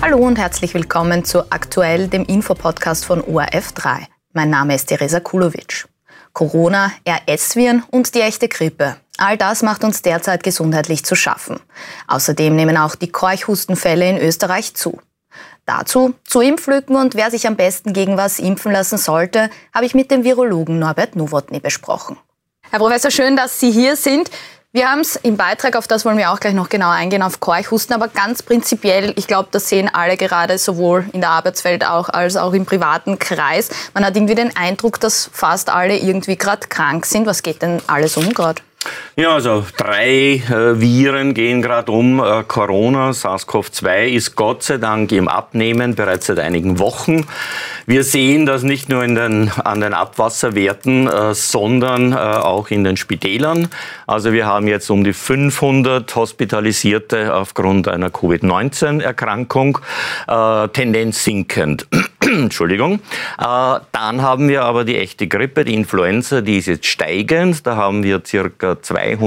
Hallo und herzlich willkommen zu Aktuell, dem Infopodcast von ORF3. Mein Name ist Teresa Kulovic. Corona, RS-Viren und die echte Grippe. All das macht uns derzeit gesundheitlich zu schaffen. Außerdem nehmen auch die Keuchhustenfälle in Österreich zu. Dazu, zu Impflücken und wer sich am besten gegen was impfen lassen sollte, habe ich mit dem Virologen Norbert Nowotny besprochen. Herr Professor, schön, dass Sie hier sind. Wir haben es im Beitrag, auf das wollen wir auch gleich noch genauer eingehen, auf Keuchhusten, aber ganz prinzipiell, ich glaube, das sehen alle gerade, sowohl in der Arbeitswelt auch, als auch im privaten Kreis. Man hat irgendwie den Eindruck, dass fast alle irgendwie gerade krank sind. Was geht denn alles um gerade? Ja, also 3 Viren gehen gerade um. Corona, SARS-CoV-2 ist Gott sei Dank im Abnehmen, bereits seit einigen Wochen. Wir sehen das nicht nur an den Abwasserwerten, sondern auch in den Spitälern. Also wir haben jetzt um die 500 Hospitalisierte aufgrund einer Covid-19-Erkrankung, Tendenz sinkend. Entschuldigung. Dann haben wir aber die echte Grippe, die Influenza, die ist jetzt steigend. Da haben wir circa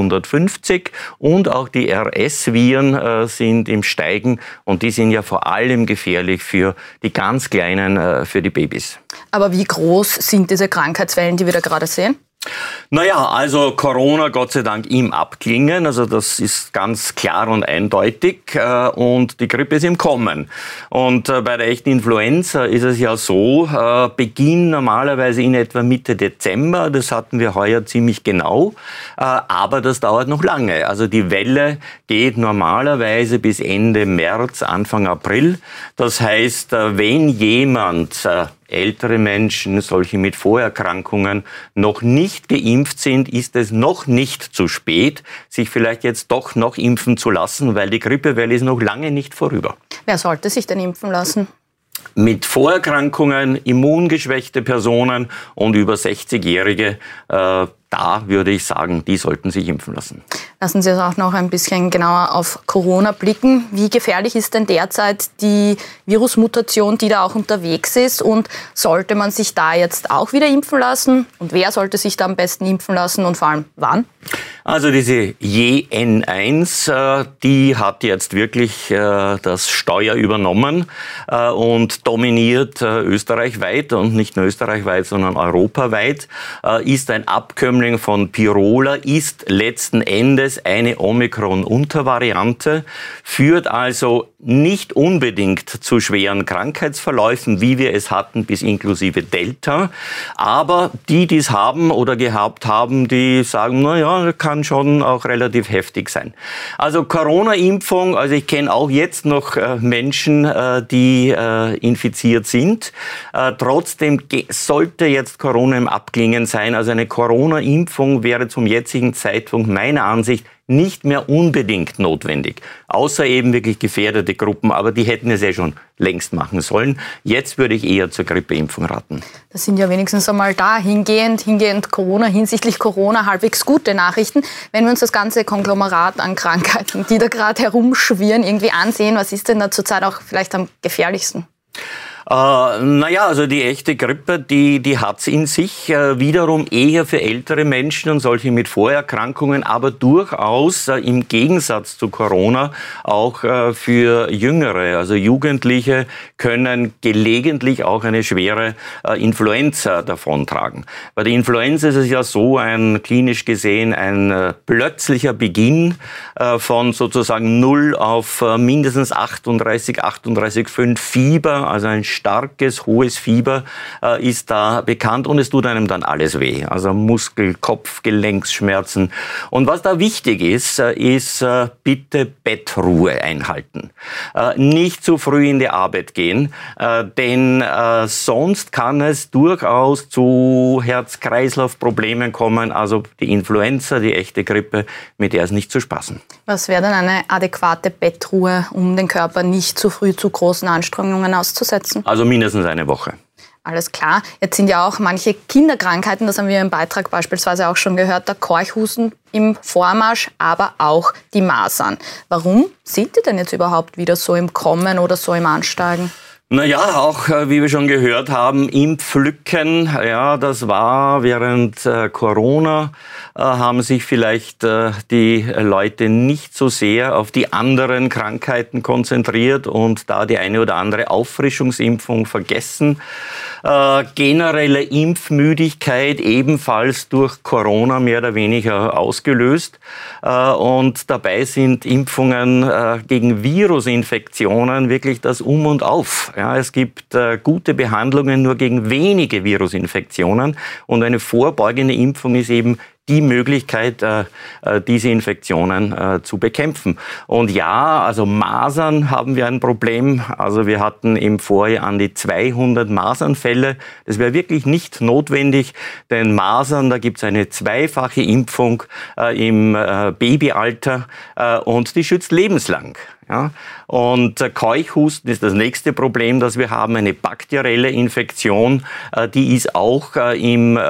250 und auch die RS-Viren sind im Steigen und die sind ja vor allem gefährlich für die ganz Kleinen, für die Babys. Aber wie groß sind diese Krankheitswellen, die wir da gerade sehen? Naja, also Corona Gott sei Dank im Abklingen, also das ist ganz klar und eindeutig und die Grippe ist im Kommen. Und bei der echten Influenza ist es ja so, Beginn normalerweise in etwa Mitte Dezember, das hatten wir heuer ziemlich genau, aber das dauert noch lange. Also die Welle geht normalerweise bis Ende März, Anfang April. Das heißt, wenn jemand ältere Menschen, solche mit Vorerkrankungen, noch nicht geimpft sind, ist es noch nicht zu spät, sich vielleicht jetzt doch noch impfen zu lassen, weil die Grippewelle ist noch lange nicht vorüber. Wer sollte sich denn impfen lassen? Mit Vorerkrankungen, immungeschwächte Personen und über 60-Jährige, da würde ich sagen, die sollten sich impfen lassen. Lassen Sie uns auch noch ein bisschen genauer auf Corona blicken. Wie gefährlich ist denn derzeit die Virusmutation, die da auch unterwegs ist? Und sollte man sich da jetzt auch wieder impfen lassen? Und wer sollte sich da am besten impfen lassen und vor allem wann? Also diese JN1, die hat jetzt wirklich das Steuer übernommen und dominiert österreichweit und nicht nur österreichweit, sondern europaweit, ist ein Abkömmling von Pirola, ist letzten Endes eine Omikron-Untervariante, führt also nicht unbedingt zu schweren Krankheitsverläufen, wie wir es hatten, bis inklusive Delta. Aber die es haben oder gehabt haben, die sagen, na ja, kann schon auch relativ heftig sein. Also Corona-Impfung, also ich kenne auch jetzt noch Menschen, die infiziert sind. Trotzdem sollte jetzt Corona im Abklingen sein. Also eine Corona-Impfung wäre zum jetzigen Zeitpunkt meiner Ansicht nicht mehr unbedingt notwendig, außer eben wirklich gefährdete Gruppen, aber die hätten es ja schon längst machen sollen. Jetzt würde ich eher zur Grippeimpfung raten. Das sind ja wenigstens einmal da hingehend Corona, hinsichtlich Corona halbwegs gute Nachrichten. Wenn wir uns das ganze Konglomerat an Krankheiten, die da gerade herumschwirren, irgendwie ansehen, was ist denn da zurzeit auch vielleicht am gefährlichsten? Naja, also die echte Grippe, die hat's in sich, wiederum eher für ältere Menschen und solche mit Vorerkrankungen, aber durchaus im Gegensatz zu Corona auch für Jüngere. Also Jugendliche können gelegentlich auch eine schwere Influenza davontragen. Bei der Influenza ist es ja so, klinisch gesehen ein plötzlicher Beginn von sozusagen 0 auf mindestens 38,5 Fieber, also ein starkes, hohes Fieber ist da bekannt und es tut einem dann alles weh. Also Muskel-, Kopf-, Gelenksschmerzen. Und was da wichtig ist, ist bitte Bettruhe einhalten. Nicht zu früh in die Arbeit gehen, denn sonst kann es durchaus zu Herz-Kreislauf-Problemen kommen. Also die Influenza, die echte Grippe, mit der ist nicht zu spaßen. Was wäre denn eine adäquate Bettruhe, um den Körper nicht zu früh zu großen Anstrengungen auszusetzen? Also mindestens eine Woche. Alles klar. Jetzt sind ja auch manche Kinderkrankheiten, das haben wir im Beitrag beispielsweise auch schon gehört, der Keuchhusten im Vormarsch, aber auch die Masern. Warum sind die denn jetzt überhaupt wieder so im Kommen oder so im Ansteigen? Naja, auch wie wir schon gehört haben, Impflücken, ja, das war während Corona, haben sich vielleicht die Leute nicht so sehr auf die anderen Krankheiten konzentriert und da die eine oder andere Auffrischungsimpfung vergessen. Generelle Impfmüdigkeit ebenfalls durch Corona mehr oder weniger ausgelöst. Und dabei sind Impfungen gegen Virusinfektionen wirklich das Um und Auf. Ja, es gibt gute Behandlungen nur gegen wenige Virusinfektionen. Und eine vorbeugende Impfung ist eben die Möglichkeit, diese Infektionen zu bekämpfen. Und ja, also Masern haben wir ein Problem. Also wir hatten im Vorjahr an die 200 Masernfälle. Das wäre wirklich nicht notwendig, denn Masern, da gibt es eine zweifache Impfung im Babyalter und die schützt lebenslang. Ja, und Keuchhusten ist das nächste Problem, das wir haben, eine bakterielle Infektion, die ist auch im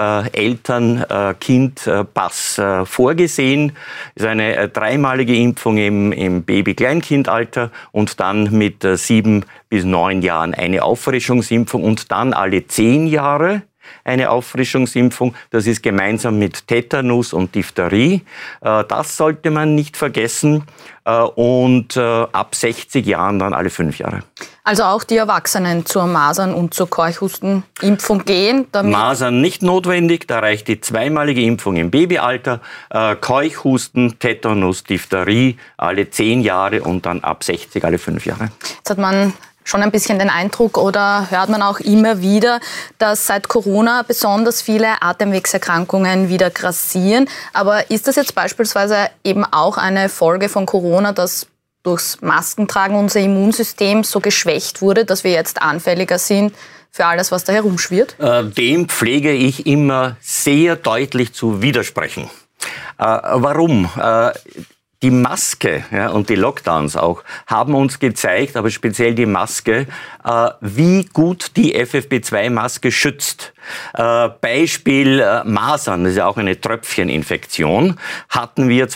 Eltern-Kind-Pass vorgesehen. Das ist eine dreimalige Impfung im Baby-Kleinkindalter und dann mit 7 bis 9 Jahren eine Auffrischungsimpfung und dann alle 10 Jahre eine Auffrischungsimpfung. Das ist gemeinsam mit Tetanus und Diphtherie. Das sollte man nicht vergessen. Und ab 60 Jahren dann alle 5 Jahre. Also auch die Erwachsenen zur Masern- und zur Keuchhustenimpfung gehen? Masern nicht notwendig, da reicht die zweimalige Impfung im Babyalter. Keuchhusten, Tetanus, Diphtherie alle 10 Jahre und dann ab 60 alle 5 Jahre. Jetzt hat man schon ein bisschen den Eindruck oder hört man auch immer wieder, dass seit Corona besonders viele Atemwegserkrankungen wieder grassieren. Aber ist das jetzt beispielsweise eben auch eine Folge von Corona, dass durchs Maskentragen unser Immunsystem so geschwächt wurde, dass wir jetzt anfälliger sind für alles, was da herumschwirrt? Dem pflege ich immer sehr deutlich zu widersprechen. Warum? Die Maske und die Lockdowns auch haben uns gezeigt, aber speziell die Maske, wie gut die FFP2-Maske schützt. Beispiel Masern, das ist ja auch eine Tröpfcheninfektion, hatten wir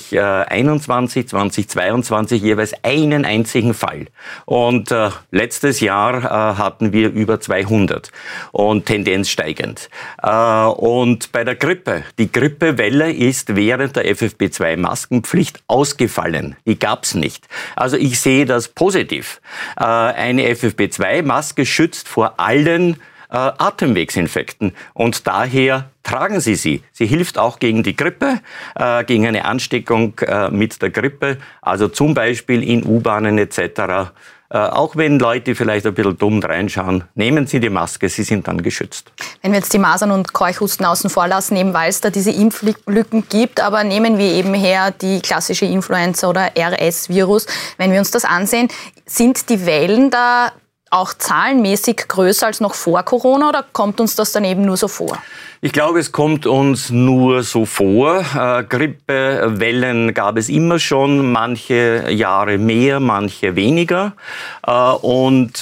2021, 2022 jeweils einen einzigen Fall. Und letztes Jahr hatten wir über 200 und Tendenz steigend. Und bei der Grippe, die Grippewelle ist während der FFP2-Maskenpflicht ausgefallen. Die gab's nicht. Also ich sehe das positiv. Eine FFP2-Maske schützt vor allen Atemwegsinfekten und daher tragen Sie sie. Sie hilft auch gegen die Grippe, gegen eine Ansteckung mit der Grippe, also zum Beispiel in U-Bahnen etc. Auch wenn Leute vielleicht ein bisschen dumm reinschauen, nehmen Sie die Maske, Sie sind dann geschützt. Wenn wir jetzt die Masern und Keuchhusten außen vor lassen, eben weil es da diese Impflücken gibt, aber nehmen wir eben her die klassische Influenza- oder RS-Virus. Wenn wir uns das ansehen, sind die Wellen da auch zahlenmäßig größer als noch vor Corona oder kommt uns das dann eben nur so vor? Ich glaube, es kommt uns nur so vor. Grippewellen gab es immer schon, manche Jahre mehr, manche weniger. Und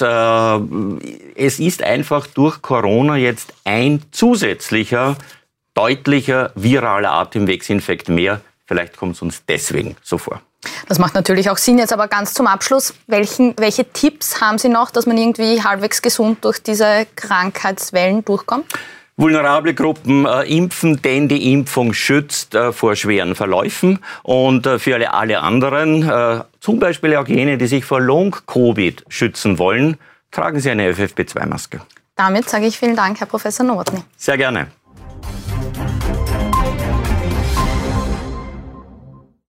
es ist einfach durch Corona jetzt ein zusätzlicher, deutlicher viraler Atemwegsinfekt mehr. Vielleicht kommt es uns deswegen so vor. Das macht natürlich auch Sinn. Jetzt aber ganz zum Abschluss, welche Tipps haben Sie noch, dass man irgendwie halbwegs gesund durch diese Krankheitswellen durchkommt? Vulnerable Gruppen impfen, denn die Impfung schützt vor schweren Verläufen. Und für alle anderen, zum Beispiel auch jene, die sich vor Long-Covid schützen wollen, tragen Sie eine FFP2-Maske. Damit sage ich vielen Dank, Herr Professor Nowotny. Sehr gerne.